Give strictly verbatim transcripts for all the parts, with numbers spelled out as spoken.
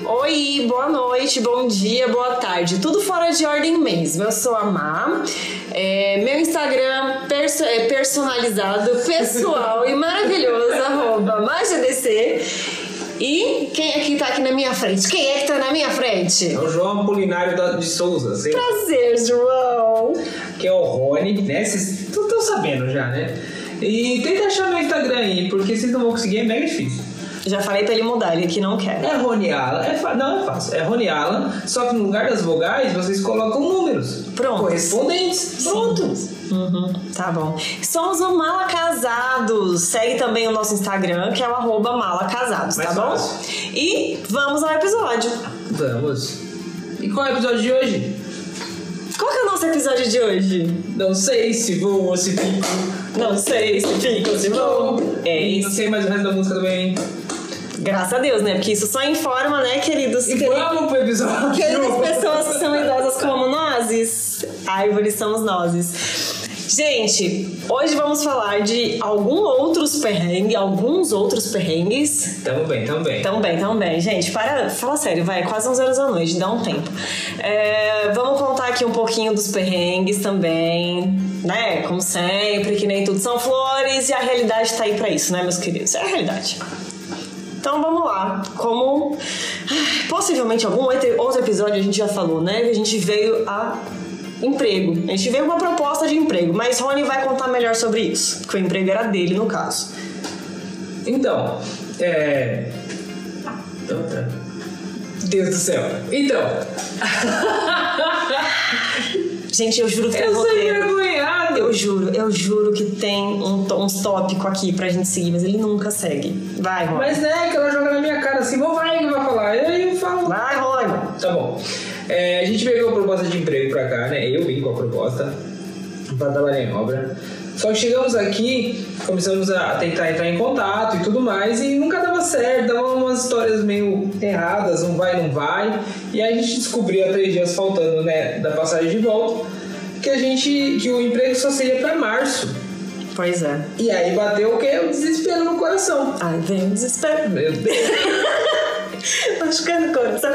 Oi, boa noite, bom dia, boa tarde. Tudo fora de ordem mesmo. Eu sou a Má. É, meu Instagram perso- é personalizado, pessoal e maravilhoso, arroba MágiaDC. E quem é que tá aqui na minha frente? Quem é que tá na minha frente? É o João Apolinário de Souza. Sei. Prazer, João. Que é o Rony, né? Vocês estão sabendo já, né? E tenta achar meu Instagram aí, porque vocês não vão conseguir, é mega difícil. Já falei pra ele mudar, ele aqui não quer. É Rony Alan, é fa... não é fácil, é Rony Alan, só que no lugar das vogais vocês colocam números. Pronto. Correspondentes. Pronto. Uhum, tá bom. Somos o Mala Casados. Segue também o nosso Instagram, que é o arroba Mala Casados, tá bom? Fácil. E vamos ao episódio. Vamos. E qual é o episódio de hoje? Qual que é o nosso episódio de hoje? Não sei se vou ou se fico. Não sei se fico ou se vou. É e isso. Não sei mais o resto da música também. Graças a Deus, né? Porque isso só informa, né, queridos? E vamos pro episódio. Queridas pessoas que são idosas como nós, árvores somos nós. Gente, hoje vamos falar de alguns outros perrengues, alguns outros perrengues. Tamo bem, tamo bem. Tamo bem, tamo bem. Gente, para, fala sério, vai, quase onze horas da noite, dá um tempo. É, vamos contar aqui um pouquinho dos perrengues também, né? Como sempre, que nem tudo são flores e a realidade tá aí pra isso, né, meus queridos? É a realidade. Então vamos lá, como possivelmente algum outro episódio a gente já falou, né? A gente veio a emprego, a gente veio com uma proposta de emprego, mas Rony vai contar melhor sobre isso, porque o emprego era dele no caso. Então, é... Deus do céu. Então... Gente, eu juro que tem eu roteiro. Eu sou envergonhado. Eu juro, eu juro que tem um, uns tópicos aqui pra gente seguir, mas ele nunca segue. Vai, Rony. Mas né, que ela joga na minha cara assim, vou vai que vai falar. E aí eu falo. Vai, Rony. Tá bom. É, a gente veio com a proposta de emprego pra cá, né? Eu vim com a proposta pra trabalhar em obra. Só que chegamos aqui, começamos a tentar entrar em contato e tudo mais, e nunca dava certo, dava umas histórias meio erradas, um vai, não vai. E aí a gente descobriu há três dias faltando, né, da passagem de volta, que a gente, que o emprego só seria pra março. Pois é. E aí bateu o quê? O desespero no coração. Ai, vem o desespero. Meu Deus. Machucando o coração.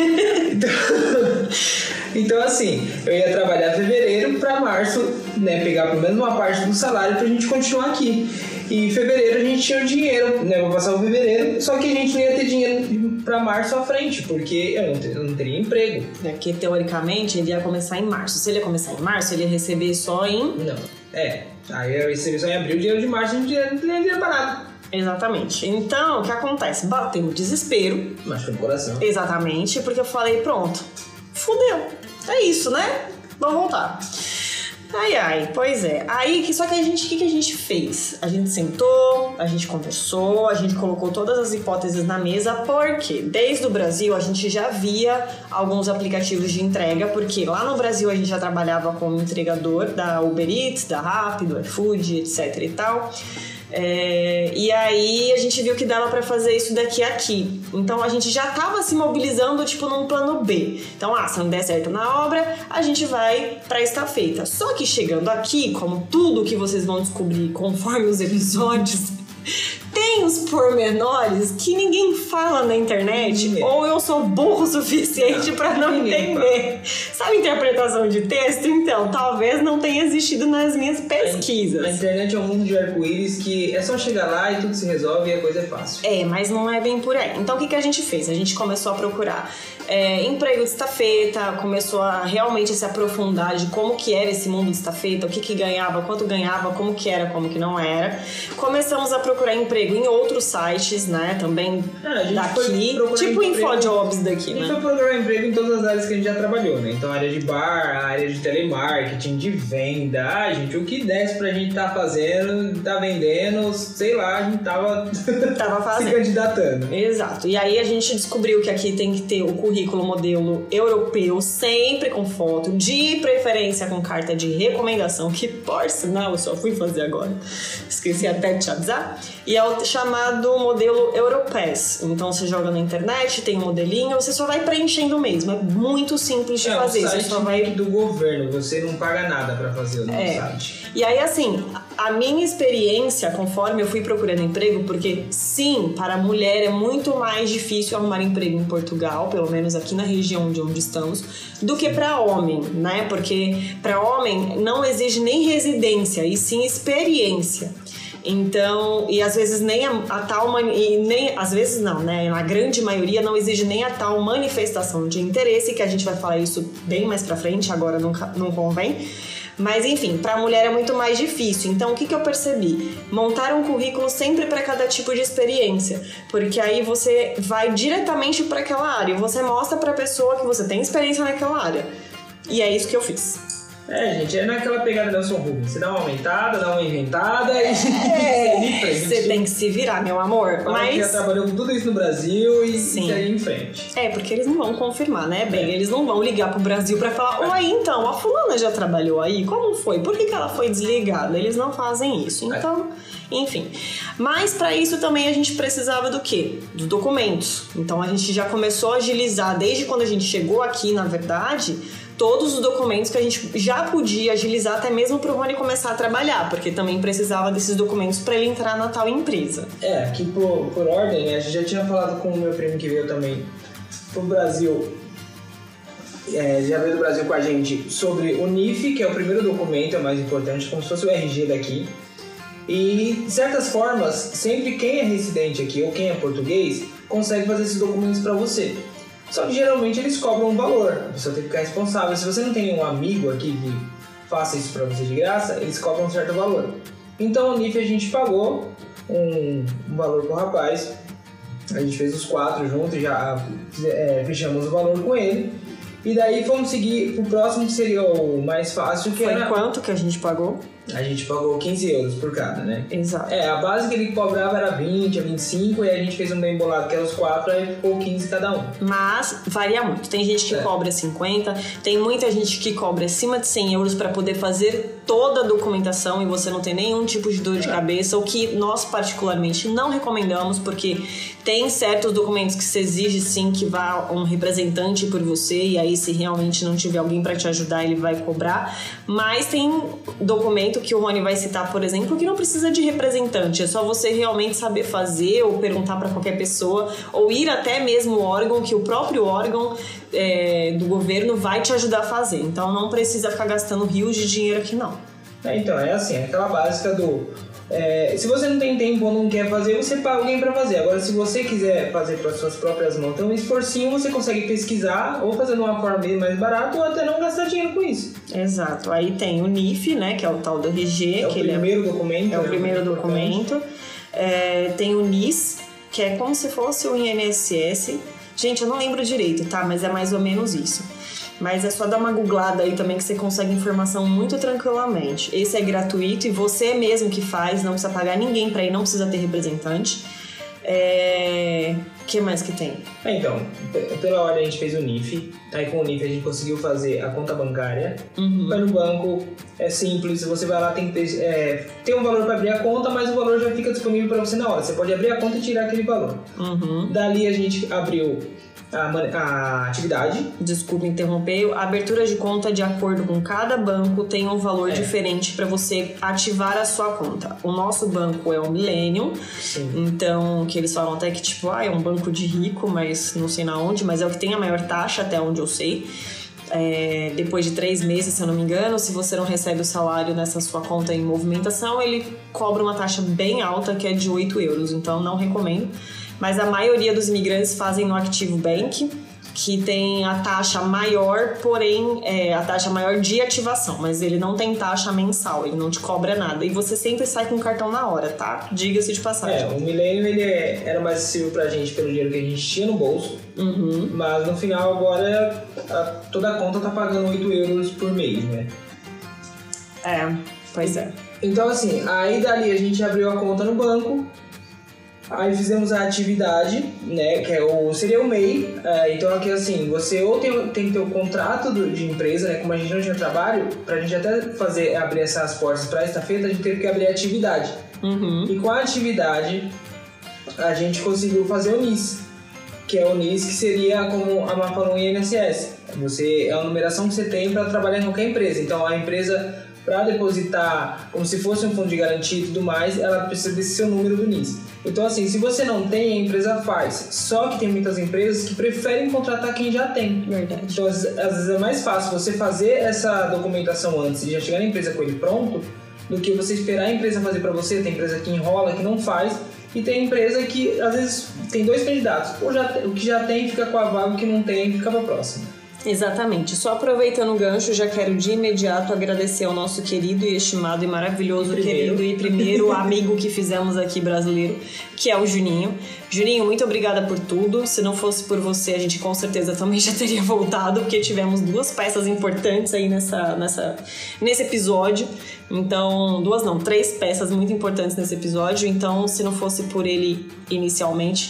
Então, assim, eu ia trabalhar fevereiro pra março, né, pegar pelo menos uma parte do salário pra gente continuar aqui. E em fevereiro a gente tinha o dinheiro, né, pra passar o fevereiro, só que a gente não ia ter dinheiro pra março à frente, porque eu não, ter, eu não teria emprego. Porque, teoricamente, ele ia começar em março. Se ele ia começar em março, ele ia receber só em... Não, é. Aí eu ia receber só em abril, o dinheiro de março, a gente não tinha dinheiro pra nada. Exatamente. Então, o que acontece? Bateu o desespero. Machucou o coração. Exatamente, porque eu falei, pronto, fudeu. É isso, né? Vamos voltar. Ai, ai, pois é. Aí, que, só que a gente, o que, que a gente fez? A gente sentou, a gente conversou, a gente colocou todas as hipóteses na mesa, porque desde o Brasil a gente já via alguns aplicativos de entrega, porque lá no Brasil a gente já trabalhava como entregador da Uber Eats, da Rappi, do iFood, etc e tal. É, e aí a gente viu que dava pra fazer isso daqui a aqui. Então a gente já tava se mobilizando tipo num plano B. Então, ah, se não der certo na obra, a gente vai pra estafeta. Só que chegando aqui, como tudo que vocês vão descobrir conforme os episódios, tem os pormenores que ninguém fala na internet, é. Ou eu sou burro o suficiente não, pra não entender. Sabe interpretação de texto? Então, talvez não tenha existido nas minhas pesquisas. A internet é um mundo de arco-íris que é só chegar lá e tudo se resolve e a coisa é fácil. É, mas não é bem por aí. Então, o que, que a gente fez? A gente começou a procurar é, emprego de estafeta, começou a realmente se aprofundar de como que era esse mundo de estafeta, o que que ganhava, quanto ganhava, como que era, como que não era. Começamos a procurar emprego em outros sites, né, também ah, daqui, tipo InfoJobs daqui, né? A gente foi procurar emprego em todas as áreas que a gente já trabalhou, né? Então, área de bar, área de telemarketing, de venda, ah, gente, o que desse pra gente tá fazendo, tá vendendo, sei lá, a gente tava, tava fazendo. se candidatando. Exato. E aí a gente descobriu que aqui tem que ter o currículo modelo europeu, sempre com foto, de preferência com carta de recomendação, que por sinal eu só fui fazer agora. Esqueci até de te avisar. E é o chamado modelo Europass. Então você joga na internet, tem um modelinho, você só vai preenchendo mesmo. É muito simples de é, fazer. É um site você só vai do governo, você não paga nada pra fazer o é. site. E aí, assim, a minha experiência, conforme eu fui procurando emprego, porque sim, para a mulher é muito mais difícil arrumar emprego em Portugal, pelo menos aqui na região de onde estamos, do que para homem, né? Porque para homem não exige nem residência, e sim experiência. Então, e às vezes nem a, a tal mani, e nem às vezes não, né? Na grande maioria não exige nem a tal manifestação de interesse, que a gente vai falar isso bem mais pra frente, agora não, não convém. Mas enfim, para a mulher é muito mais difícil. Então, o que, que eu percebi? Montar um currículo sempre para cada tipo de experiência, porque aí você vai diretamente para aquela área, você mostra para a pessoa que você tem experiência naquela área. E é isso que eu fiz. É, gente, é naquela pegada da Nelson Rubens. Você dá uma aumentada, dá uma inventada e é, você tem que se virar, meu amor. Fala mas que já trabalhou com tudo isso no Brasil e sim. segue em frente. É, porque eles não vão confirmar, né, bem? É. Eles não vão ligar pro Brasil pra falar: oi, então, a fulana já trabalhou aí? Como foi? Por que, que ela foi desligada? Eles não fazem isso. Então, é. enfim. Mas pra isso também a gente precisava do quê? Dos documentos. Então a gente já começou a agilizar desde quando a gente chegou aqui, na verdade, todos os documentos que a gente já podia agilizar até mesmo para o Rony começar a trabalhar, porque também precisava desses documentos para ele entrar na tal empresa. É, aqui por, por ordem, a gente já tinha falado com o meu primo que veio também pro Brasil, é, já veio do Brasil com a gente, sobre o N I F, que é o primeiro documento, é o mais importante, como se fosse o R G daqui. E, de certas formas, sempre quem é residente aqui ou quem é português consegue fazer esses documentos para você. Só que geralmente eles cobram um valor, a pessoa tem que ficar responsável. Se você não tem um amigo aqui que faça isso pra você de graça, eles cobram um certo valor. Então o N I F a gente pagou um, um valor pro rapaz, a gente fez os quatro juntos, já é, fechamos o valor com ele. E daí fomos seguir o próximo, que seria o mais fácil, que Foi era... quanto que a gente pagou? A gente pagou quinze euros por cada, né? Exato. É, a base que ele cobrava era vinte, a vinte e cinco, e a gente fez um bem bolado que era os quatro, aí ficou quinze cada um. Mas varia muito. Tem gente que é. cobra cinquenta, tem muita gente que cobra acima de cem euros para poder fazer toda a documentação e você não tem nenhum tipo de dor de é. cabeça, o que nós particularmente não recomendamos, porque tem certos documentos que se exige sim que vá um representante por você, e aí se realmente não tiver alguém para te ajudar, ele vai cobrar. Mas tem documento que o Rony vai citar, por exemplo, que não precisa de representante, é só você realmente saber fazer ou perguntar para qualquer pessoa, ou ir até mesmo o órgão, que o próprio órgão é, do governo vai te ajudar a fazer. Então não precisa ficar gastando rios de dinheiro aqui não. É, então, é assim, é aquela básica do... É, se você não tem tempo ou não quer fazer, você paga alguém para fazer. Agora, se você quiser fazer para suas próprias mãos, então um esforcinho você consegue pesquisar ou fazer de uma forma bem mais barata ou até não gastar dinheiro com isso. Exato. Aí tem o N I F, né, que é o tal do R G. É o que primeiro ele é, documento. É o né, primeiro documento. É, tem o N I S, que é como se fosse o I N S S. Gente, eu não lembro direito, tá? Mas é mais ou menos isso. Mas é só dar uma googlada aí também que você consegue informação muito tranquilamente. Esse é gratuito e você mesmo que faz, não precisa pagar ninguém pra ir, não precisa ter representante. É... O que mais que tem? É, então, pela ordem a gente fez o N I F, aí com o N I F a gente conseguiu fazer a conta bancária. Uhum. Vai no banco, é simples, você vai lá, tem que ter, é, tem um valor para abrir a conta, mas o valor já fica disponível para você na hora. Você pode abrir a conta e tirar aquele valor. Uhum. Dali a gente abriu a, a atividade. Desculpa interromper. A abertura de conta, de acordo com cada banco, tem um valor é. diferente para você ativar a sua conta. O nosso banco é o Millennium. Sim. Então, que eles falam até que tipo, ah, é um banco de rico, mas não sei na onde, mas é o que tem a maior taxa, até onde eu sei. É, depois de três meses, se eu não me engano, se você não recebe o salário nessa sua conta em movimentação, ele cobra uma taxa bem alta, que é de oito euros. Então, não recomendo. Mas a maioria dos imigrantes fazem no Active Bank, que tem a taxa maior, porém, é, a taxa maior de ativação, mas ele não tem taxa mensal, ele não te cobra nada. E você sempre sai com o cartão na hora, tá? Diga-se de passagem. É, o Millennium, ele é, era mais acessível pra gente pelo dinheiro que a gente tinha no bolso, uhum. mas no final agora a, toda a conta tá pagando oito euros por mês, né? É, pois é. Então assim, aí dali a gente abriu a conta no banco. Aí fizemos a atividade, né, que é o, seria o M E I, é, então aqui assim, você ou tem, tem que ter o contrato do, de empresa, né, como a gente não tinha trabalho, pra gente até fazer, abrir essas portas pra esta feita, a gente teve que abrir a atividade. Uhum. E com a atividade, a gente conseguiu fazer o N I S, que é o N I S que seria como a Má falou, um I N S S. Você, é a numeração que você tem para trabalhar em qualquer empresa. Então a empresa, para depositar como se fosse um fundo de garantia e tudo mais, ela precisa desse seu número do N I S. Então assim, se você não tem, a empresa faz. Só que tem muitas empresas que preferem contratar quem já tem. Verdade. Então às, às vezes é mais fácil você fazer essa documentação antes e já chegar na empresa com ele pronto, do que você esperar a empresa fazer para você. Tem empresa que enrola, que não faz, e tem empresa que às vezes tem dois candidatos. Ou já, o que já tem fica com a vaga, o que não tem fica para próxima. Exatamente. Só aproveitando o gancho, já quero de imediato agradecer ao nosso querido e estimado e maravilhoso, Primeiro. querido e primeiro amigo que fizemos aqui brasileiro, que é o Juninho. Juninho, muito obrigada por tudo. Se não fosse por você, a gente com certeza também já teria voltado, porque tivemos duas peças importantes aí nessa, nessa, nesse episódio. Então, duas não, três peças muito importantes nesse episódio. Então, se não fosse por ele inicialmente,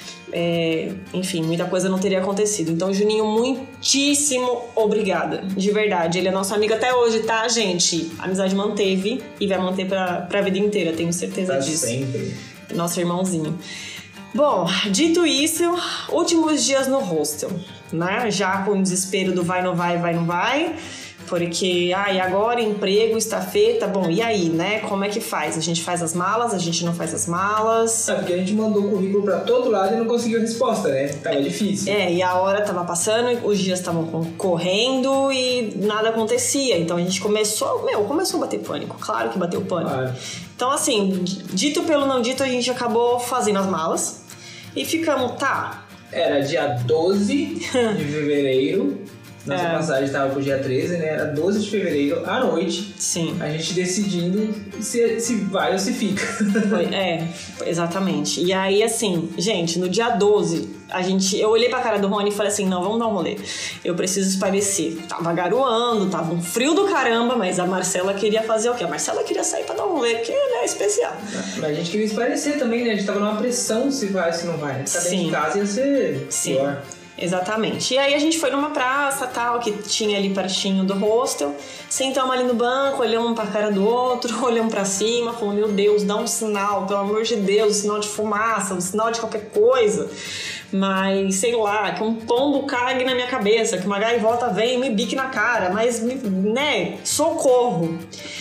É, enfim, muita coisa não teria acontecido. Então, Juninho, muitíssimo obrigada, de verdade. Ele é nosso amigo até hoje, tá, gente? A amizade manteve e vai manter pra, pra vida inteira, tenho certeza Pra disso. sempre. Nosso irmãozinho. Bom, dito isso, últimos dias no hostel, né? Já com o desespero do vai, não vai, vai, não vai. Porque, ah, e agora emprego, estafeta, bom, e aí, né? Como é que faz? A gente faz as malas, a gente não faz as malas. É, porque a gente mandou o currículo pra todo lado e não conseguiu resposta, né? Tava difícil. É, e a hora tava passando, os dias estavam correndo e nada acontecia. Então a gente começou, meu, começou a bater pânico. Claro que bateu pânico. Claro. Então, assim, dito pelo não dito, a gente acabou fazendo as malas e ficamos, tá. Era dia doze de fevereiro. Nossa É. passagem estava pro dia treze, né? Era doze de fevereiro, à noite. Sim. A gente decidindo se, se vai ou se fica. Foi, é, exatamente. E aí, assim, gente, no dia doze, a gente, eu olhei pra cara do Rony e falei assim, não, vamos dar um rolê. Eu preciso espairecer. Tava garoando, tava um frio do caramba, mas a Marcela queria fazer o quê? A Marcela queria sair pra dar um rolê, porque ela é especial. Mas a gente queria espairecer também, né? A gente tava numa pressão se vai ou se não vai. Né? Ficar dentro Sim. de casa ia ser Sim. pior. Exatamente. E aí a gente foi numa praça, tal, que tinha ali pertinho do hostel. Sentamos ali no banco, olhamos um pra cara do outro, olhamos pra cima, falamos, meu Deus, dá um sinal, pelo amor de Deus, um sinal de fumaça, um sinal de qualquer coisa. Mas, sei lá, que um pombo cague na minha cabeça, que uma gaivota vem e me bique na cara, mas, né, socorro.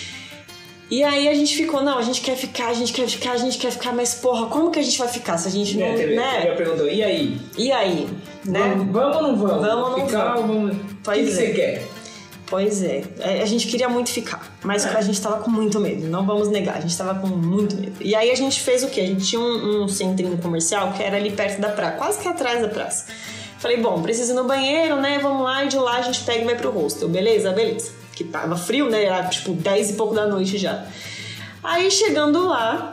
E aí a gente ficou, não, a gente quer ficar, a gente quer ficar, a gente quer ficar, mas porra, como que a gente vai ficar se a gente não, É, teve, né? teve a pergunta, e aí? E aí, né? Vamos, vamos ou não vamos? Vamos ou não ficar, vamos? vamos? O que, Pois que é. você quer? Pois é, a gente queria muito ficar, mas É. a gente tava com muito medo, não vamos negar, a gente tava com muito medo. E aí a gente fez o quê? A gente tinha um, um centrinho comercial que era ali perto da praça, quase que atrás da praça. Falei, bom, precisa ir no banheiro, né? Vamos lá, e de lá a gente pega e vai pro hostel, beleza? Beleza. Que tava frio, né? Era tipo dez e pouco da noite já. Aí chegando lá,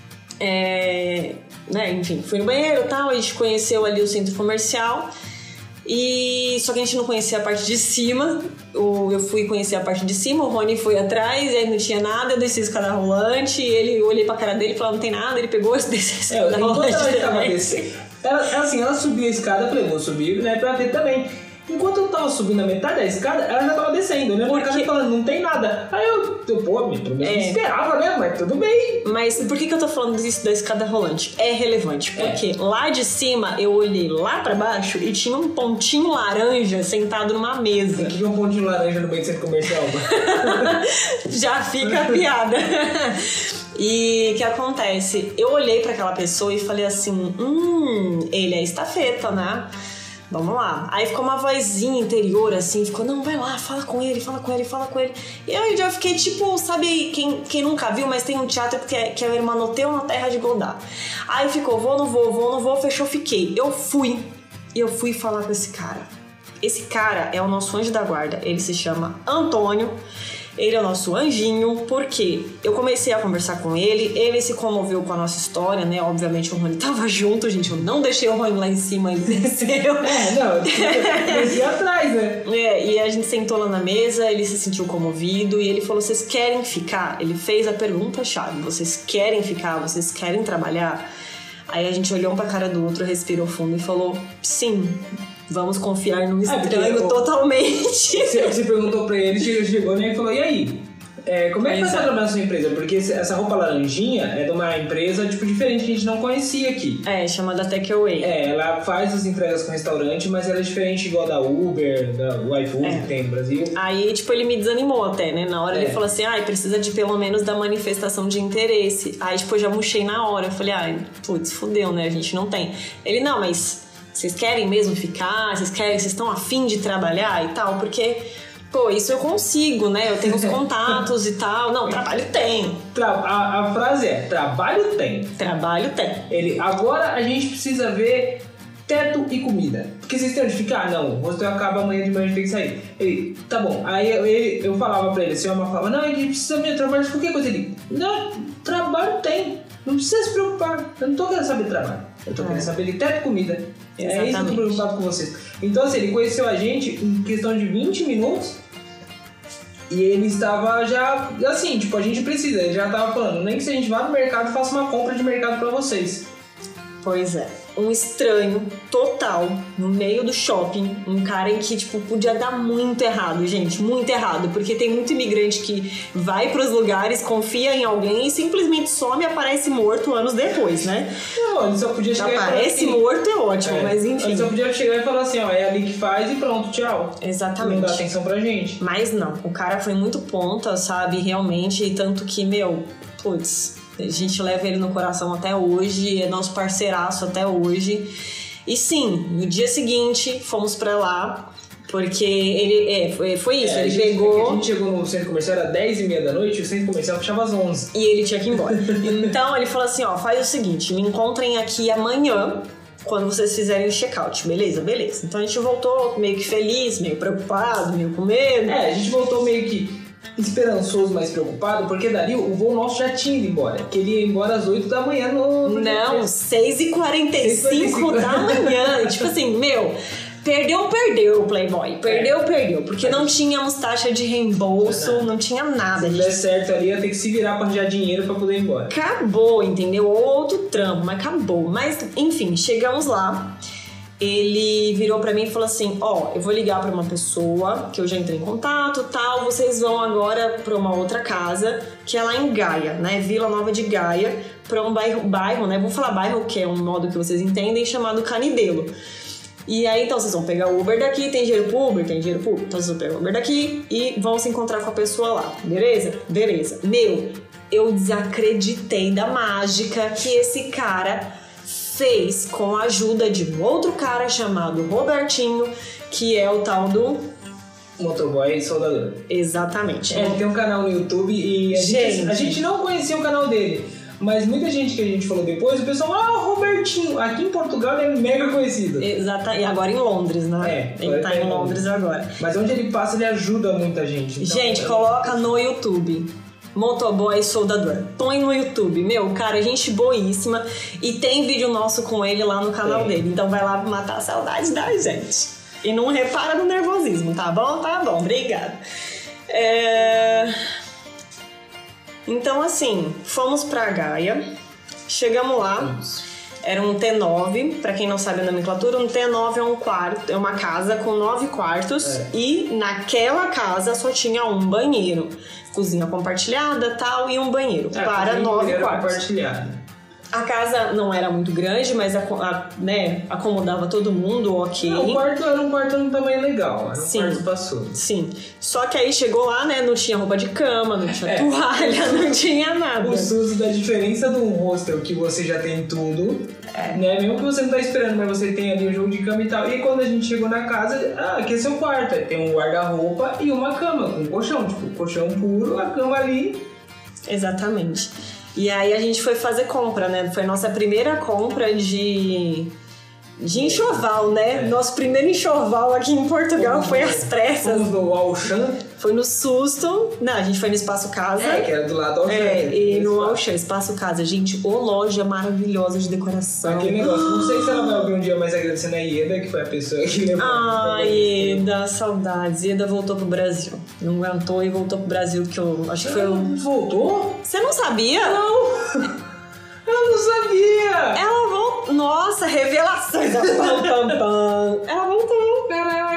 é, né, enfim, fui no banheiro e tal, a gente conheceu ali o centro comercial, e só que a gente não conhecia a parte de cima. O, eu fui conhecer a parte de cima, o Rony foi atrás, e aí não tinha nada, eu desci a escada rolante, e ele, eu olhei pra cara dele e falei, não tem nada, ele pegou e desceu a É, escada enquanto rolante ela estava também. descendo, ela, ela, assim, ela subia a escada, eu falei, vou subir, né, pra ver também. Enquanto eu tava subindo a metade da escada, ela já tava descendo, né? Porque ela falando, não tem nada. Aí eu, eu pô, me prometo, É. esperava, né? Mas tudo bem. Mas por que, que eu tô falando disso da escada rolante? É relevante, porque lá de cima eu olhei lá pra baixo e tinha um pontinho laranja sentado numa mesa. O que é um ponto de laranja no meio do centro comercial, mano? Já fica a piada. E o que acontece? Eu olhei pra aquela pessoa e falei assim, hum, ele é estafeta, né? Vamos lá. Aí ficou uma vozinha interior, assim, ficou, não, vai lá, fala com ele, fala com ele, fala com ele. E aí eu já fiquei tipo, sabe, quem, quem nunca viu, mas tem um teatro que é, que é o Hermanoteu na Terra de Godard. Aí ficou, vou, não vou, vou, não vou, fechou, fiquei. Eu fui, e eu fui falar com esse cara. Esse cara é o nosso anjo da guarda, ele se chama Antônio. Ele é o nosso anjinho, porque eu comecei a conversar com ele, ele se comoveu com a nossa história, né? Obviamente o Rony tava junto, gente, eu não deixei o Rony lá em cima, ele desceu. É, não, eu desci atrás, né? É, e a gente sentou lá na mesa, ele se sentiu comovido e ele falou, vocês querem ficar? Ele fez a pergunta-chave, vocês querem ficar? Vocês querem trabalhar? Aí a gente olhou um pra cara do outro, respirou fundo e falou, sim. Vamos confiar no estranho porque, totalmente. Você, você perguntou pra ele, chegou, chegou né, e falou, e aí? É, como é que Pois vai é. trabalhar na sua empresa? Porque esse- essa roupa laranjinha é de uma empresa tipo diferente que a gente não conhecia aqui. É, chamada Takeaway. É, ela faz as entregas com restaurante, mas ela é diferente igual da Uber, da o iFood É. que tem no Brasil. Aí, tipo, ele me desanimou até, né? Na hora É. ele falou assim, ai, precisa de pelo menos da manifestação de interesse. Aí, tipo, eu já murchei na hora. Eu falei, ai, putz, fudeu, né? A gente não tem. Ele, não, mas vocês querem mesmo ficar? Vocês querem, vocês estão afim de trabalhar e tal? Porque, pô, isso eu consigo, né? Eu tenho os contatos e tal. Não, trabalho tem. Tra- a, a frase é, trabalho tem. Trabalho tem. Ele, agora a gente precisa ver teto e comida. Porque vocês têm onde ficar? Não, o hostel acaba amanhã de manhã, a gente tem que sair. Ele, tá bom. Aí eu, ele, eu falava pra ele, assim, uma falava, não, a gente precisa ver trabalho de qualquer coisa. Ele, não, trabalho tem. Não precisa se preocupar. Eu não tô querendo saber de trabalho. Eu tô É. querendo saber de teto e comida. É isso que eu tô Exatamente. preocupado com vocês. Então, assim, ele conheceu a gente em questão de vinte minutos. E ele estava já, assim, tipo, a gente precisa. Ele já tava falando, nem que se a gente vá no mercado e faça uma compra de mercado pra vocês. Pois é. Um estranho total no meio do shopping. Um cara em que, tipo, podia dar muito errado, gente. Muito errado. Porque tem muito imigrante que vai pros lugares, confia em alguém e simplesmente some e aparece morto anos depois, né? Não, ele só podia chegar Aparece e falar assim, morto é ótimo, é, mas enfim. Ele só podia chegar e falar assim, ó, é ali que faz e pronto, tchau. Não Exatamente. dá atenção pra gente. Mas não, o cara foi muito ponta, sabe? Realmente, e tanto que, meu, putz, a gente leva ele no coração até hoje, é nosso parceiraço até hoje. E sim, no dia seguinte, fomos pra lá, porque ele, é, foi, foi isso, É, a ele gente- pegou... A gente chegou no centro comercial, era dez e meia da noite, e o centro comercial fechava às onze. E ele tinha que ir embora. Então ele falou assim, ó, faz o seguinte, me encontrem aqui amanhã, quando vocês fizerem o check-out, beleza? Beleza. Então a gente voltou meio que feliz, meio preocupado, meio com medo. É, a gente voltou meio que esperançoso, mas preocupado, porque dali o voo nosso já tinha ido embora. Que ele ia embora às oito da manhã no... Não, seis e quarenta e cinco da manhã. Tipo assim, meu... Perdeu, perdeu o Playboy. Perdeu, É. perdeu. Porque não tínhamos taxa de reembolso, Não. não tinha nada. A Se gente der certo ali, ia ter que se virar pra arranjar dinheiro pra poder ir embora. acabou, entendeu? Ou outro trampo, mas acabou. Mas, enfim, chegamos lá. Ele virou pra mim e falou assim, ó, eu vou ligar pra uma pessoa que eu já entrei em contato, tal, vocês vão agora pra uma outra casa, que é lá em Gaia, né, Vila Nova de Gaia, pra um bairro, bairro, né, vou falar bairro, que é um modo que vocês entendem, chamado Canidelo. E aí, então, vocês vão pegar o Uber daqui, tem dinheiro pro Uber? Tem dinheiro pro Uber. Então, vocês vão pegar o Uber daqui e vão se encontrar com a pessoa lá, beleza? Beleza. Meu, eu desacreditei da mágica que esse cara fez com a ajuda de um outro cara chamado Robertinho, que é o tal do... Motoboy soldador. Exatamente. Ele tem um canal no YouTube e a gente, Gente. a gente não conhecia o canal dele. Mas muita gente que a gente falou depois, o pessoal, ah, o Robertinho, aqui em Portugal ele é mega conhecido. Exata, e agora em Londres, né? É, ele agora tá tá em em Londres agora. Mas onde ele passa, ele ajuda muita gente. Então, Gente, é- coloca no YouTube. Motoboy soldador. Põe no YouTube. Meu, cara, gente boíssima. E tem vídeo nosso com ele lá no canal Tem. dele. Então vai lá matar a saudade da gente. E não repara no nervosismo, tá bom? Tá bom, obrigada. É... Então, assim, fomos pra Gaia. Chegamos lá. Era um T nove, pra quem não sabe a nomenclatura, um T nove é um quarto, é uma casa com nove quartos É. e naquela casa só tinha um banheiro, cozinha compartilhada, tal, e um banheiro É, para tem nove banheiro quartos. compartilhado. A casa não era muito grande, mas a, a- né, acomodava todo mundo, ok. Não, o quarto era um quarto num tamanho legal, era um Sim. quarto espaçoso. Sim. Só que aí chegou lá, né, não tinha roupa de cama, não tinha É. toalha, não tinha nada. O susto da diferença de um hostel que você já tem tudo, né? Mesmo que você não tá esperando, mas você tem ali o jogo de cama e tal. E quando a gente chegou na casa, ah, aqui é seu quarto. Aí tem um guarda-roupa e uma cama, com um colchão. Tipo, colchão puro, a cama ali. Exatamente. E aí a gente foi fazer compra, né? Foi a nossa primeira compra de, de enxoval, né? É. Nosso primeiro enxoval aqui em Portugal Fomos- foi às pressas. Fomos no Auchan, Foi no susto. Não, a gente foi no Espaço Casa. é, que era do lado do Auchan. É, e no Esse- Auchan, Espaço Casa. Gente, ô loja maravilhosa de decoração. Aquele negócio, não sei se ela vai ouvir um dia mais agradecendo a Ieda, que foi a pessoa que levou. Ai, Eda, saudades. Eda voltou pro Brasil. Não aguentou e voltou pro Brasil, que eu acho que foi o... Voltou? Você não sabia? Não! Eu não sabia! Ela voltou. Nossa, revelações. Pam, pam, pam. Ela voltou. Caraca! Né,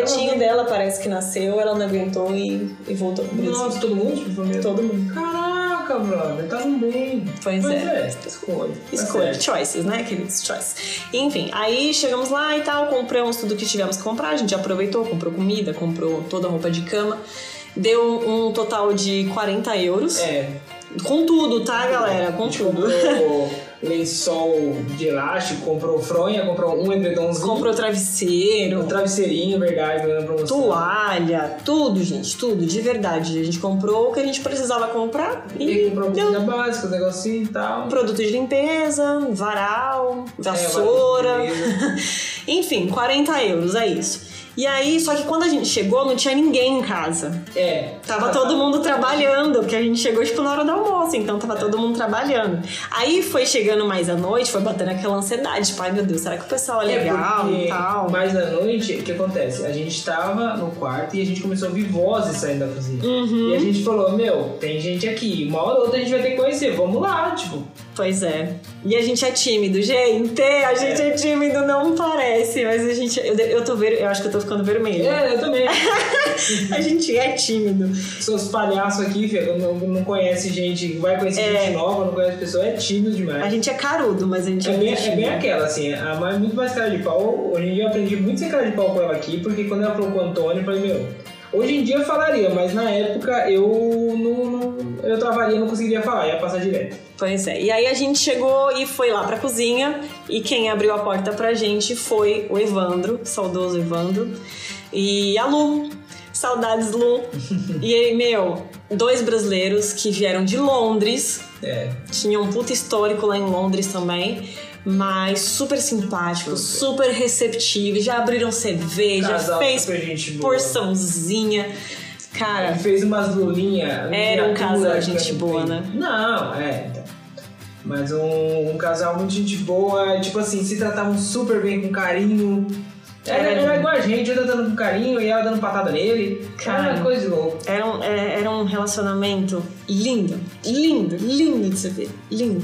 netinho ela... dela parece que nasceu, ela não aguentou e, e voltou pro Brasil. Nossa, todo mundo? Tipo, família? Todo mundo. Caraca, brother, tá bem. Pois, pois é. é. Escolha. Escolha, tá choices, né, queridos? Choices. Enfim, aí chegamos lá e tal, compramos tudo que tivemos que comprar, a gente aproveitou, comprou comida, comprou toda a roupa de cama. Deu um, um total de quarenta euros. É. Com tudo, tá, galera? Com tudo. Comprou lençol de elástico, comprou fronha, comprou um edredomzinho. Comprou travesseiro. Um travesseirinho, verdade, na promoção. Toalha, tudo, gente, tudo, de verdade. A gente comprou o que a gente precisava comprar. E, e comprou comida básica, negocinho e tal. Produto de limpeza, varal, vassoura. É, enfim, quarenta euros, é isso. E aí, só que quando a gente chegou, não tinha ninguém em casa. É. Tava todo mundo trabalhando, porque a gente chegou, tipo, na hora do almoço, então tava todo mundo trabalhando. Aí foi chegando mais à noite, foi batendo aquela ansiedade, tipo, ai meu Deus, será que o pessoal é legal é e tal? Mais à noite, o que acontece? A gente tava no quarto e a gente começou a ouvir vozes saindo da cozinha. Uhum. E a gente falou, meu, tem gente aqui, uma hora ou outra a gente vai ter que conhecer, vamos lá, tipo... Pois é. E a gente é tímido, gente. A gente é, é tímido, não parece. Mas a gente... Eu, eu tô ver, eu acho que eu tô ficando vermelha. É, eu também. A gente é tímido. Seus palhaços aqui, filho, não, não conhece gente, vai conhecer é. gente nova, não conhece pessoa, é tímido demais. A gente é carudo, mas a gente é, é bem tímido. É bem aquela, assim, a mãe é muito mais cara de pau. Hoje em dia eu aprendi muito sem cara de pau com ela aqui, porque quando ela falou com o Antônio, eu falei, meu... Hoje em dia eu falaria, mas na época eu não, não eu travaria, não conseguiria falar, ia passar direto. Pois é, e aí a gente chegou e foi lá pra cozinha e quem abriu a porta pra gente foi o Evandro, saudoso Evandro, e a Lu, saudades Lu. E aí, meu, dois brasileiros que vieram de Londres, é. Tinham um puta histórico lá em Londres também, mas super simpáticos, super, super receptivos, já abriram cerveja, Casal, fez porçãozinha. Cara, ele fez umas lulinhas. Era um casal gente boa, fez. Né? Não, é. Mas um, um casal muito gente boa, tipo assim, se tratavam super bem, com carinho. Era, era igual a gente, eu dando com carinho e ela dando patada nele. Cara, era coisa de louco. Era um, era um relacionamento lindo, lindo, lindo de se ver. Lindo.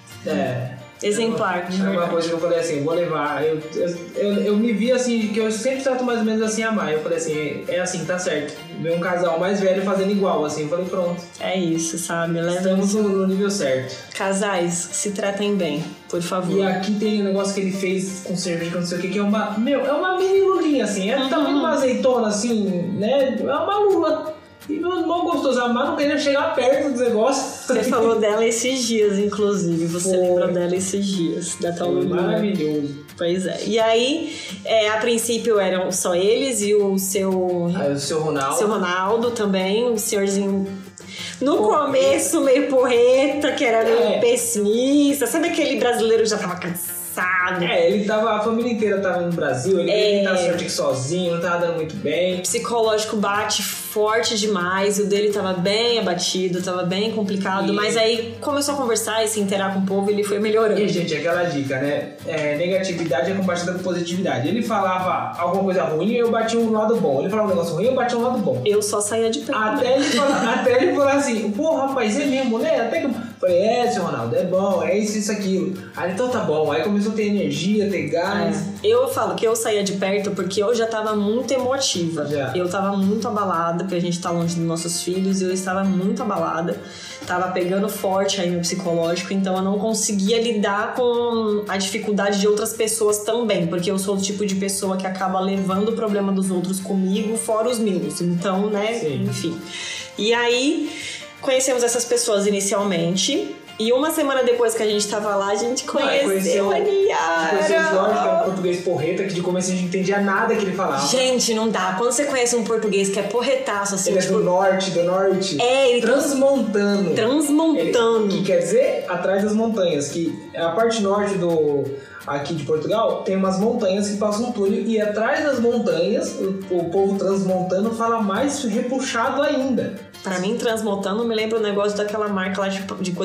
É. Exemplar. É uma, uma coisa que eu falei assim, vou levar. Eu, eu, eu, eu me vi assim, que eu sempre trato mais ou menos assim a Mai. Eu falei assim, é assim, tá certo. Ver um casal mais velho fazendo igual, assim, eu falei, pronto. É isso, sabe? Leva Estamos no, no nível certo. Casais, se tratem bem, por favor. E aqui tem um negócio que ele fez com cerveja, que não sei o que, que é uma. Meu, é uma mini lulinha, assim. É uhum. Também uma azeitona, assim, né? É uma lula. E não, não gostoso, mas não queria chegar perto dos negócios. Você falou dela esses dias, inclusive. Você Foi. lembra dela esses dias, da tal Lula. Maravilhoso. Pois é. E aí, é, a princípio eram só eles e o seu... Aí o seu Ronaldo. Seu Ronaldo também, o senhorzinho... No porreta. Começo, meio porreta, que era meio é. pessimista. Sabe aquele brasileiro que já tava cansado? É, ele tava, a família inteira tava no Brasil, ele, é. ele tava sortindo sozinho, não tava dando muito bem. O psicológico bate forte demais, o dele tava bem abatido, tava bem complicado, e... mas aí começou a conversar e se interar com o povo e ele foi melhorando. E, gente, aquela dica, né? É, negatividade é combatida com positividade. Ele falava alguma coisa ruim, eu bati um lado bom. Ele falava um negócio ruim, eu bati um lado bom. Eu só saía de perto. Até ele falar, até ele falar assim, pô, rapaz, é mesmo, né? Até que eu falei, é, seu Ronaldo, é bom, é isso, isso, aquilo. Aí, então tá bom. Aí começou a ter energia, ter gás. É. Eu falo que eu saía de perto porque eu já tava muito emotiva. Já. Eu tava muito abalada, porque a gente tá longe dos nossos filhos, e eu estava muito abalada. Tava pegando forte aí meu psicológico, então eu não conseguia lidar com a dificuldade de outras pessoas também, porque eu sou o tipo de pessoa que acaba levando o problema dos outros comigo, fora os meus. Então, né, Sim. enfim. E aí, conhecemos essas pessoas inicialmente. E uma semana depois que a gente tava lá, a gente conheceu, conheceu a Niara. Conheceu o Jorge, que era um português porreta, que de começo a gente não entendia nada que ele falava. Gente, não dá. Quando você conhece um português que é porretaço, assim... Ele tipo, é do norte, do norte. É, ele... Transmontano. Transmontano. Ele, que quer dizer atrás das montanhas, que a parte norte do... aqui de Portugal, tem umas montanhas que passam um túnel e atrás das montanhas, o, o povo transmontano fala mais repuxado ainda. Pra mim, transmontano me lembra o negócio daquela marca lá de, de coisa de cozinha.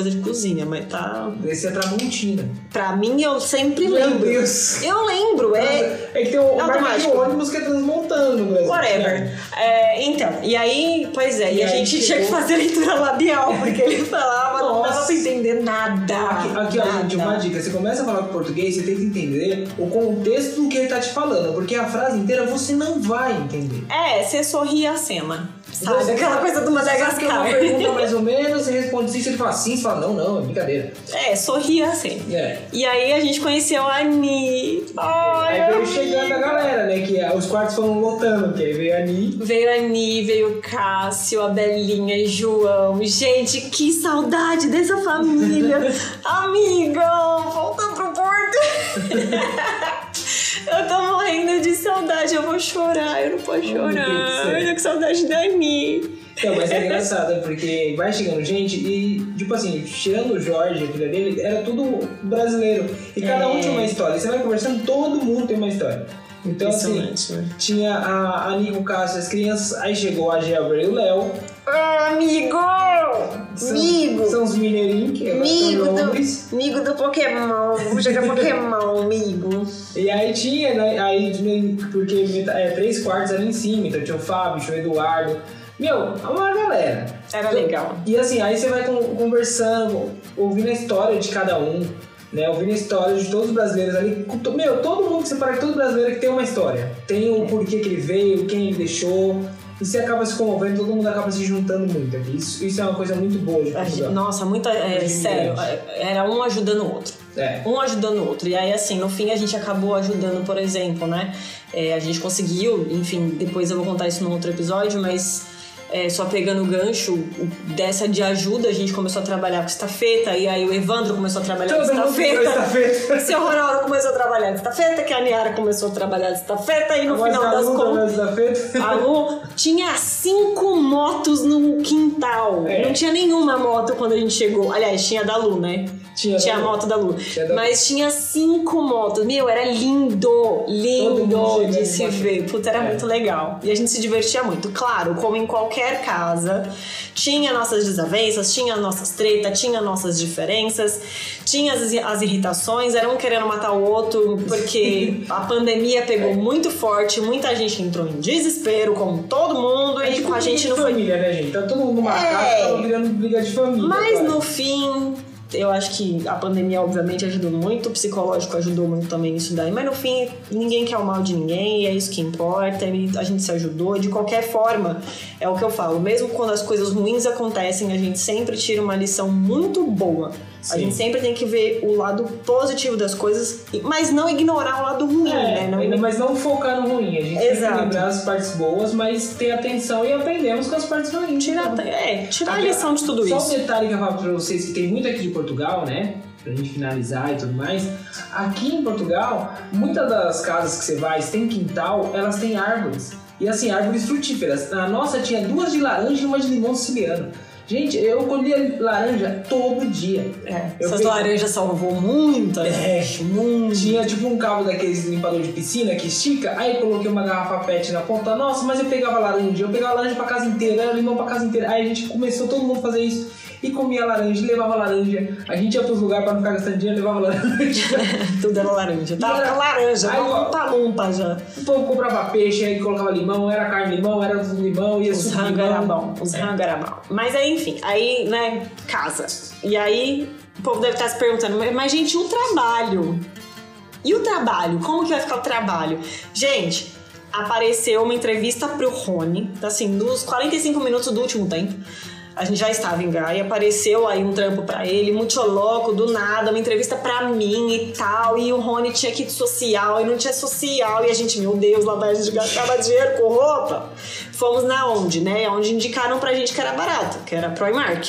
friozinha, mas tá... Esse é Tramontina. Pra mim, eu sempre Meu lembro. Deus. Eu lembro, é... É que tem o, é automático. o ônibus que é transmontando no Brasil. Whatever. É, então, e aí, pois é, e, E a aí gente chegou... tinha que fazer leitura labial, porque ele falava, não Nossa. dava pra entender nada. Aqui, aqui ó, nada. gente, uma dica. Você começa a falar com português, você tem que entender o contexto do que ele tá te falando, porque a frase inteira você não vai entender. É, você sorri a cena, sabe? Você- Aquela coisa do Você sabe que é uma Madagascar. pergunta mais ou menos, você responde sim, se ele fala sim, você fala não, não, é brincadeira. É, sorri a cena. É. E aí a gente conheceu a Ani. Ai, Aí veio Ani. chegando a galera, né? Que os quartos foram lotando, porque aí veio a Ani. Veio a Ani, veio o Cássio, a Belinha, João. Gente, que saudade dessa família. Amigo, volta pro Porto. Eu tô morrendo de saudade, eu vou chorar, eu não posso chorar. Eu tô com saudade da Ani. Então, mas é engraçado, porque vai chegando gente e, tipo assim, tirando o Jorge, a filha dele, era tudo brasileiro. E cada É. um tinha uma história. E você vai conversando, todo mundo tem uma história. Então, assim, Impressionante. tinha a Ani, o Cássio, as crianças, aí chegou a Gelber e o Léo. Ah, amigo! São, Amigo! São os mineirinhos, que agora Amigo são do, nomes. amigo do Pokémon, vou jogar Pokémon, amigo. E aí tinha, né, aí, porque é, três quartos ali em cima, então tinha o Fábio, tinha o Eduardo. Meu, é uma galera. Era legal. E assim, aí você vai con- conversando, ouvindo a história de cada um, né? Ouvindo a história de todos os brasileiros ali. Meu, todo mundo que você para que todo brasileiro que tem uma história. Tem o porquê que ele veio, quem ele deixou. E você acaba se comovendo, todo mundo acaba se juntando muito aqui. Isso, isso é uma coisa muito boa de A gente- Portugal. Nossa, muita. É, Muito sério, grande. era um ajudando o outro. É. Um ajudando o outro. E aí, assim, no fim a gente acabou ajudando, por exemplo, né? É, a gente conseguiu, enfim, depois eu vou contar isso num outro episódio, mas é, só pegando o gancho dessa de ajuda, a gente começou a trabalhar com estafeta, e aí o Evandro começou a trabalhar com Todo mundo ficou estafeta. estafeta. Seu Ronaldo começou a trabalhar com estafeta, que a Niara começou a trabalhar com estafeta, e no Mas final a das Lu contas. da estafeta. A Lu tinha cinco motos no quintal. É. Não tinha nenhuma moto quando a gente chegou. Aliás, tinha a da Lu, né? Tinha Tinha da a Lu. moto da Lu. Tinha da Lu. Mas tinha cinco motos. Meu, era lindo. Todo Lindo mundo de chegando se embaixo. ver. Puta, era É. muito legal. E a gente se divertia muito. Claro, como em qualquer casa, tinha nossas desavenças, tinha nossas tretas, tinha nossas diferenças, tinha as, as irritações, era um querendo matar o outro, porque a pandemia pegou muito forte, muita gente entrou em desespero, como todo mundo, É e tipo com a gente briga não de foi. família, né, gente? Tá todo mundo numa É. casa, tava virando briga de família. Mas quase. no fim, eu acho que a pandemia obviamente ajudou muito, o psicológico ajudou muito também nisso daí, mas no fim ninguém quer o mal de ninguém, e é isso que importa, e a gente se ajudou. De qualquer forma, é o que eu falo, mesmo quando as coisas ruins acontecem, a gente sempre tira uma lição muito boa. A Sim. gente sempre tem que ver o lado positivo das coisas, mas não ignorar o lado ruim, né? É, Não ainda- mas não focar no ruim. A gente tem Exato. que lembrar as partes boas, mas ter atenção e aprendemos com as partes ruins. tirar, Então, é, tirar a Aqui, lição de tudo Só isso. um detalhe que eu falo pra vocês, que tem muito aqui de Portugal, né? Pra gente finalizar e tudo mais. Aqui em Portugal, muitas das casas que você vai, se tem quintal, elas têm árvores. E assim, árvores frutíferas. A nossa tinha duas de laranja e uma de limão siciliano. Gente, eu colhia laranja todo dia. É, Eu essas peguei- laranjas salvou muita É. gente, muito. Tinha tipo um cabo daqueles limpador de piscina que estica, aí eu coloquei uma garrafa pet na ponta. Nossa, mas eu pegava laranja, eu pegava laranja pra casa inteira, era limão pra casa inteira. Aí a gente começou todo mundo a fazer isso e comia laranja, levava laranja. A gente ia pros lugares pra não ficar gastando dinheiro, levava laranja. Tudo era laranja. Tava Era- laranja, Aí, ó, lumpa-lumpa já. O povo comprava peixe, aí colocava limão, era carne limão, era tudo limão, ia Os suco rango limão. era bom, os É. rango era bom. Mas aí, enfim, aí, né, casa. E aí, o povo deve estar se perguntando, mas, mas, gente, e o trabalho? E o trabalho? Como que vai ficar o trabalho? Gente, apareceu uma entrevista pro Rony, assim, dos quarenta e cinco minutos do último tempo. A gente já estava em Gaia, apareceu aí um trampo pra ele, muito louco, do nada, uma entrevista pra mim e tal, e o Rony tinha kit social, e não tinha social, e a gente, meu Deus, lá vai a gente gastava dinheiro com roupa. Fomos na onde, né? Onde indicaram pra gente que era barato, que era a Primark.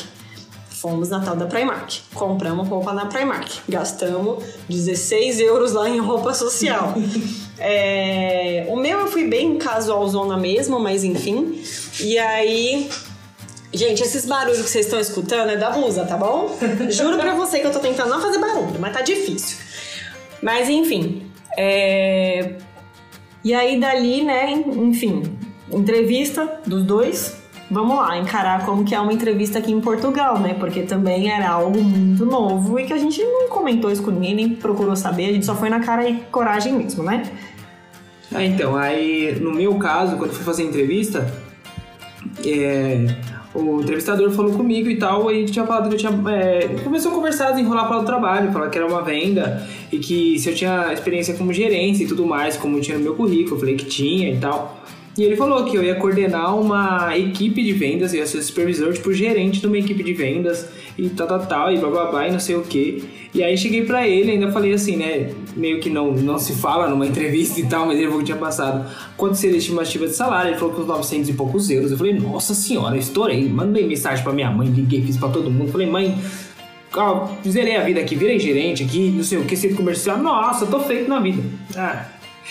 Fomos na tal da Primark, compramos roupa na Primark, gastamos dezesseis euros lá em roupa social. É, o meu eu fui bem casualzona mesmo, mas enfim, e aí... Gente, esses barulhos que vocês estão escutando é da blusa, tá bom? Juro pra você que eu tô tentando não fazer barulho, mas tá difícil. Mas enfim, é... E aí dali, né, enfim, entrevista dos dois, vamos lá, encarar como que é uma entrevista aqui em Portugal, né? Porque também era algo muito novo e que a gente não comentou isso com ninguém, nem procurou saber, a gente só foi na cara e coragem mesmo, né? Ah, então, aí no meu caso, quando eu fui fazer a entrevista, é, o entrevistador falou comigo e tal, e a gente tinha falado que eu tinha... É, começou a conversar, desenrolar para o trabalho, falar que era uma venda e que se eu tinha experiência como gerência e tudo mais, como tinha no meu currículo, eu falei que tinha e tal. E ele falou que eu ia coordenar uma equipe de vendas, eu ia ser supervisor, tipo, gerente de uma equipe de vendas e tal, tal, tal, e blá, e não sei o que. E aí cheguei pra ele, ainda falei assim, né, meio que não, não se fala numa entrevista e tal, mas ele falou que tinha passado quanto seria a estimativa de salário, ele falou que uns novecentos e poucos euros. Eu falei, nossa senhora, eu estourei, mandei mensagem pra minha mãe, liguei, fiz pra todo mundo, falei, mãe, ó, zerei a vida aqui, virei gerente aqui, não sei o que, centro comercial, nossa, tô feito na vida. Ah,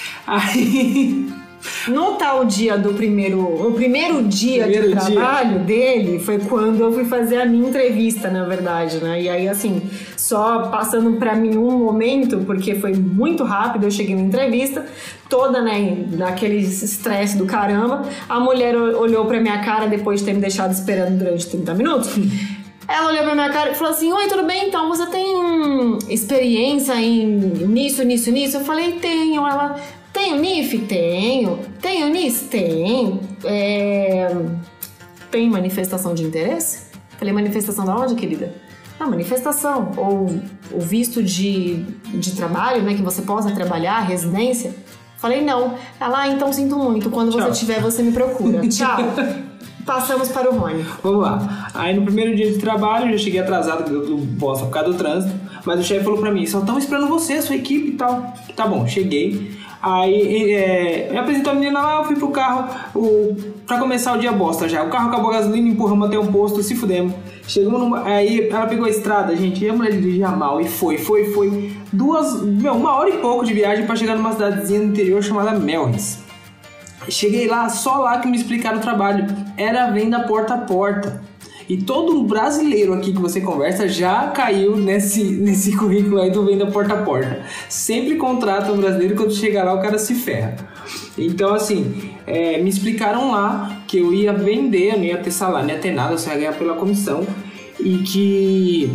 aí... No tal dia do primeiro... O primeiro dia primeiro de trabalho dia. dele foi quando eu fui fazer a minha entrevista, na verdade, né? E aí, assim, só passando pra mim um momento, porque foi muito rápido, eu cheguei na entrevista, toda, né, naquele estresse do caramba. A mulher olhou pra minha cara depois de ter me deixado esperando durante trinta minutos. Ela olhou pra minha cara e falou assim, oi, tudo bem? Então, você tem experiência em nisso, nisso, nisso? Eu falei, tenho. Ela... Tenho N I F? Tenho. Tenho N I S? Tenho. É... Tem manifestação de interesse? Falei, manifestação da onde, querida? Ah, manifestação. Ou o visto de, de trabalho, né? Que você possa trabalhar, residência. Falei, não. Ela, ah, então sinto muito. Quando Tchau. você tiver, você me procura. Tchau. Passamos para o Rony. Vamos lá. Aí no primeiro dia de trabalho, eu já cheguei atrasado do, do bosta por causa do trânsito. Mas o chefe falou pra mim, só estão esperando você, a sua equipe e tal. Tá bom, cheguei. Aí é, me apresentou a menina lá, eu fui pro carro o, pra começar o dia bosta já. O carro acabou a gasolina, empurramos até um posto, se fudemos. Chegamos numa, aí ela pegou a estrada, gente, e a mulher dirigia mal. E foi, foi, foi. Duas, meu, uma hora e pouco de viagem pra chegar numa cidadezinha no interior chamada Melris. Cheguei lá, só lá que me explicaram o trabalho. Era venda porta a porta. E todo brasileiro aqui que você conversa já caiu nesse, nesse currículo aí do venda porta a porta. Sempre contrata um brasileiro, quando chega lá o cara se ferra. Então, assim, é, me explicaram lá que eu ia vender, eu não ia ter salário, não ia ter nada, eu só ia ganhar pela comissão. E que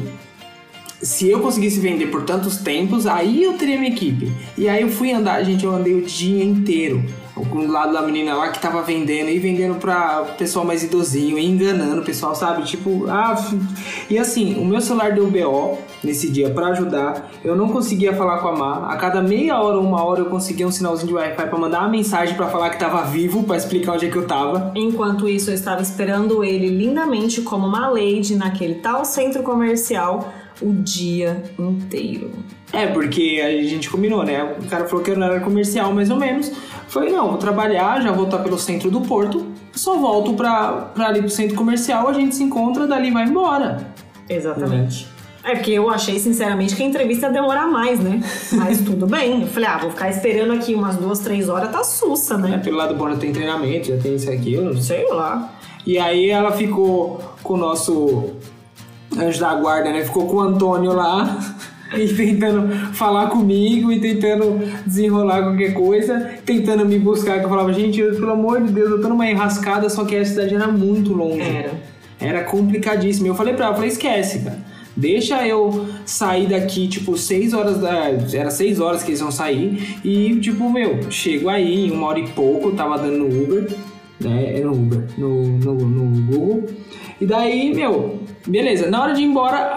se eu conseguisse vender por tantos tempos, aí eu teria minha equipe. E aí eu fui andar, gente, eu andei o dia inteiro do lado da menina lá que tava vendendo e vendendo pra pessoal mais idosinho e enganando o pessoal, sabe? Tipo, ah... E assim, o meu celular deu B O nesse dia pra ajudar. Eu não conseguia falar com a Má. A cada meia hora ou uma hora eu conseguia um sinalzinho de Wi-Fi pra mandar uma mensagem pra falar que tava vivo, pra explicar onde é que eu tava. Enquanto isso, eu estava esperando ele lindamente como uma lady naquele tal centro comercial o dia inteiro. É, porque a gente combinou, né? O cara falou que não era comercial, mais ou menos. Falei, não, vou trabalhar, já vou estar pelo centro do Porto, só volto pra, pra ali pro centro comercial, a gente se encontra, dali vai embora. Exatamente. É, é porque eu achei, sinceramente, que a entrevista ia demorar mais, né? Mas tudo bem. Eu falei, ah, vou ficar esperando aqui umas duas, três horas, tá sussa, né? É, pelo lado bom, já tem treinamento, já tem isso aqui, eu não sei lá. E aí ela ficou com o nosso anjo da guarda, né? Ficou com o Antônio lá... E tentando falar comigo e tentando desenrolar qualquer coisa, tentando me buscar, que eu falava, gente, eu, pelo amor de Deus, eu tô numa enrascada, só que a cidade era muito longe. Era. Era complicadíssimo. Eu falei pra ela, eu falei, esquece, cara. Deixa eu sair daqui, tipo, seis horas da... Era seis horas que eles iam sair. E, tipo, meu, chego aí em uma hora e pouco, tava dando no Uber, né? No Uber, no, no, no Google. E daí, meu, beleza. Na hora de ir embora,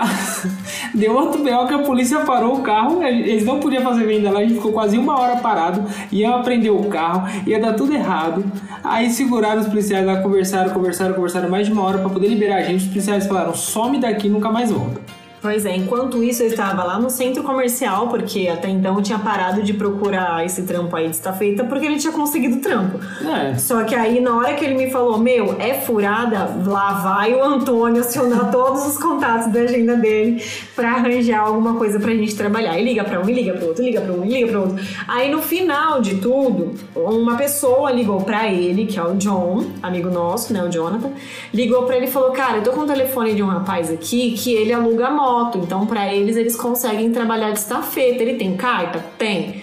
deu outro B O que a polícia parou o carro. Eles não podiam fazer venda lá, a gente ficou quase uma hora parado. Ia aprender o carro, ia dar tudo errado. Aí seguraram os policiais lá, conversaram, conversaram, conversaram mais de uma hora pra poder liberar a gente. Os policiais falaram, some daqui, nunca mais volta. Pois é, enquanto isso eu estava lá no centro comercial, porque até então eu tinha parado de procurar esse trampo aí de estar feita, porque ele tinha conseguido trampo. É. Só que aí na hora que ele me falou, meu, é furada, lá vai o Antônio acionar todos os contatos da agenda dele pra arranjar alguma coisa pra gente trabalhar. E liga pra um, e liga pro outro, liga pra um, e liga pro outro. Aí no final de tudo, uma pessoa ligou pra ele, que é o John, amigo nosso, né, o Jonathan, ligou pra ele e falou, cara, eu tô com o telefone de um rapaz aqui que ele aluga moto. Então, pra eles, eles conseguem trabalhar de estafeta. Ele tem carta? Tem.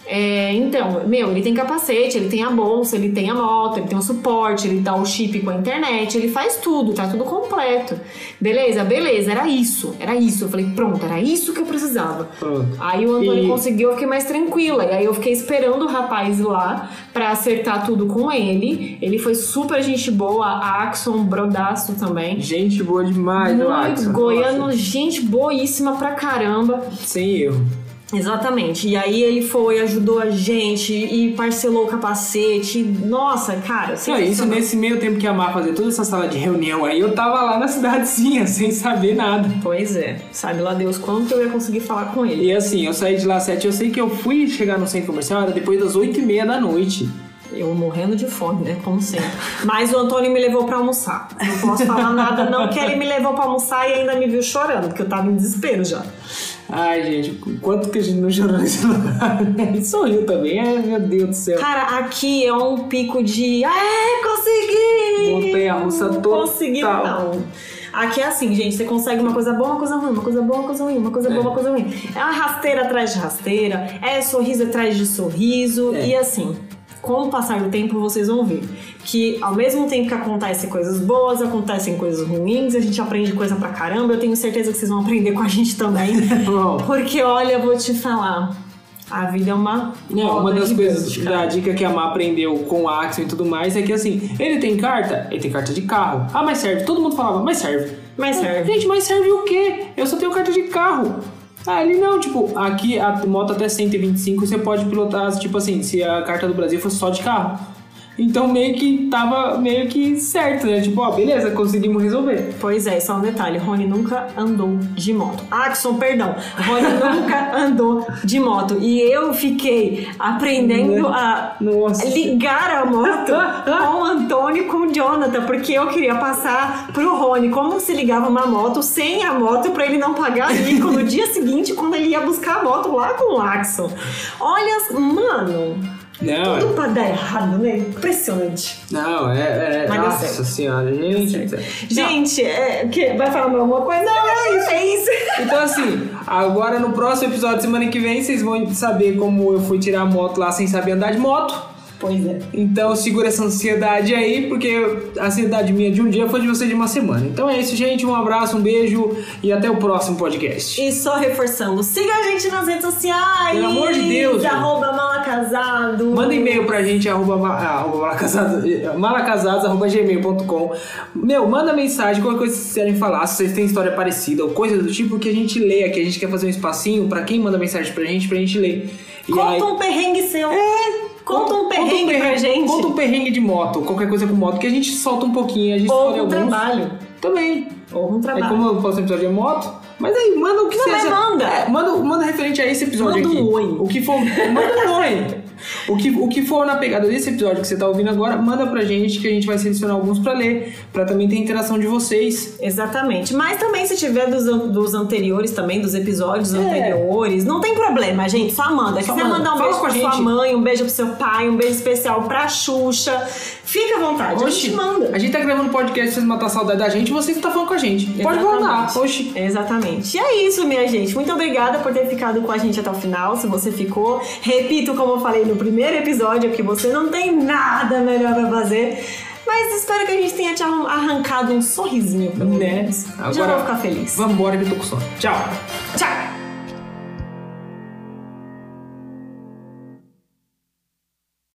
É, então, meu, ele tem capacete, ele tem a bolsa, ele tem a moto, ele tem o suporte, ele dá o chip com a internet, ele faz tudo, tá tudo completo. Beleza, beleza, era isso, era isso. Eu falei, pronto, era isso que eu precisava. Pronto. Aí o Antônio e... conseguiu, eu fiquei mais tranquila. E aí eu fiquei esperando o rapaz ir lá pra acertar tudo com ele. Ele foi super gente boa, a Axon, brodaço também. Gente boa demais, muito o Axon. Goiano, nossa. Gente boíssima pra caramba. Sem erro. Exatamente, e aí ele foi, ajudou a gente e parcelou o capacete. Nossa, cara, não, isso nesse meio tempo que a Mar fazer toda essa sala de reunião aí, eu tava lá na cidadezinha, sem saber nada. Pois é, sabe lá Deus quando que eu ia conseguir falar com ele. E assim, eu saí de lá às sete, eu sei que eu fui chegar no centro comercial, era depois das oito e meia da noite. Eu morrendo de fome, né? Como sempre. Mas o Antônio me levou pra almoçar. Não posso falar nada, não, que ele me levou pra almoçar e ainda me viu chorando, porque eu tava em desespero já. Ai, gente, quanto que a gente não chorou nesse lugar? Ele sorriu também, ai meu Deus do céu. Cara, aqui é um pico de... Ah, consegui! Montanha-russa total. Consegui, não. Aqui é assim, gente, você consegue uma coisa boa, uma coisa ruim, uma coisa boa, uma coisa ruim, uma coisa boa, uma coisa ruim. É uma rasteira atrás de rasteira, é sorriso atrás de sorriso, é. E assim... Com o passar do tempo, vocês vão ver que ao mesmo tempo que acontecem coisas boas, acontecem coisas ruins, a gente aprende coisa pra caramba. Eu tenho certeza que vocês vão aprender com a gente também. Porque, olha, eu vou te falar, a vida é uma... Não, uma das coisas, da dica que a Má aprendeu com o Axon e tudo mais é que assim, ele tem carta? Ele tem carta de carro. Ah, mas serve. Todo mundo falava, mas serve. Mas serve. Gente, mas serve o quê? Eu só tenho carta de carro. Ah, ali não, tipo, aqui a moto até cento e vinte e cinco você pode pilotar, tipo assim, se a carta do Brasil fosse só de carro. Então meio que tava meio que certo, né? Tipo, ó, beleza, conseguimos resolver. Pois é, só um detalhe, Rony nunca andou de moto. Axon, perdão, Rony nunca andou de moto. E eu fiquei aprendendo a Nossa. ligar a moto com o Antônio e com o Jonathan, porque eu queria passar pro Rony como se ligava uma moto sem a moto pra ele não pagar mico no dia seguinte quando ele ia buscar a moto lá com o Axon. Olha, mano... Não, tudo é... pra dar errado, né? Impressionante. Não, é... é... Nossa senhora, gente... Gente, é, que, vai falar alguma coisa? Não, é isso, é isso. Então assim, agora no próximo episódio, semana que vem, vocês vão saber como eu fui tirar a moto lá sem saber andar de moto. Pois é. Então segura essa ansiedade aí, porque a ansiedade minha de um dia foi de você de uma semana. Então é isso, gente. Um abraço, um beijo e até o próximo podcast. E só reforçando, siga a gente nas redes sociais. Pelo amor de Deus. Arroba malacasado. Manda e-mail pra gente, arroba, arroba malacasado, malacasados, arroba gmail ponto com. Meu, manda mensagem, qualquer coisa que vocês quiserem falar, se vocês têm história parecida ou coisa do tipo que a gente lê aqui. A gente quer fazer um espacinho pra quem manda mensagem pra gente, pra gente ler. E Conta aí... um perrengue seu. É... Conta um perrengue, conta um perrengue pra gente. Conta um perrengue de moto, qualquer coisa com moto, que a gente solta um pouquinho. A gente Ou um alguns. trabalho. Também. Ou um trabalho. É como eu posso episódio de moto. Mas aí, manda o que Não, seja. manda. É, manda. Manda referente a esse episódio manda aqui. Um oi. O que for. Manda um oi. O que, o que for na pegada desse episódio que você tá ouvindo agora, manda pra gente que a gente vai selecionar alguns pra ler, pra também ter interação de vocês. Exatamente. Mas também se tiver dos, dos anteriores também, dos episódios é. anteriores, não tem problema, gente. Só manda. Se quiser mandar um beijo pra sua mãe, um beijo pro seu pai, um beijo especial pra Xuxa, fica à vontade. Oxi, a gente manda. A gente tá gravando podcast pra vocês matar a saudade da gente e vocês que tá falando com a gente. Pode mandar. Oxi. Exatamente. E é isso, minha gente. Muito obrigada por ter ficado com a gente até o final. Se você ficou, repito como eu falei no primeiro episódio, que você não tem nada melhor pra fazer. Mas espero que a gente tenha te arrancado um sorrisinho, pelo menos. Agora, já vou ficar feliz. Vamos embora que eu tô com sono. Tchau. Tchau.